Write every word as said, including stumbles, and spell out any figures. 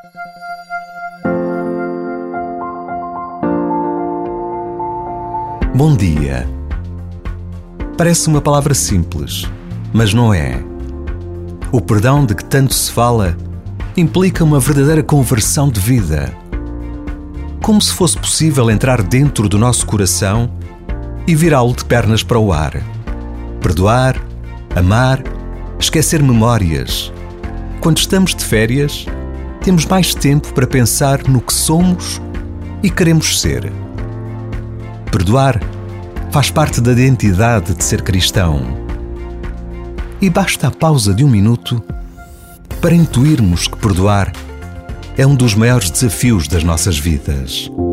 Bom dia. Parece uma palavra simples, mas não é. O perdão de que tanto se fala implica uma verdadeira conversão de vida. Como se fosse possível entrar dentro do nosso coração e virá-lo de pernas para o ar. Perdoar, amar, esquecer memórias. Quando estamos de férias, temos mais tempo para pensar no que somos e queremos ser. Perdoar faz parte da identidade de ser cristão. E basta a pausa de um minuto para intuirmos que perdoar é um dos maiores desafios das nossas vidas.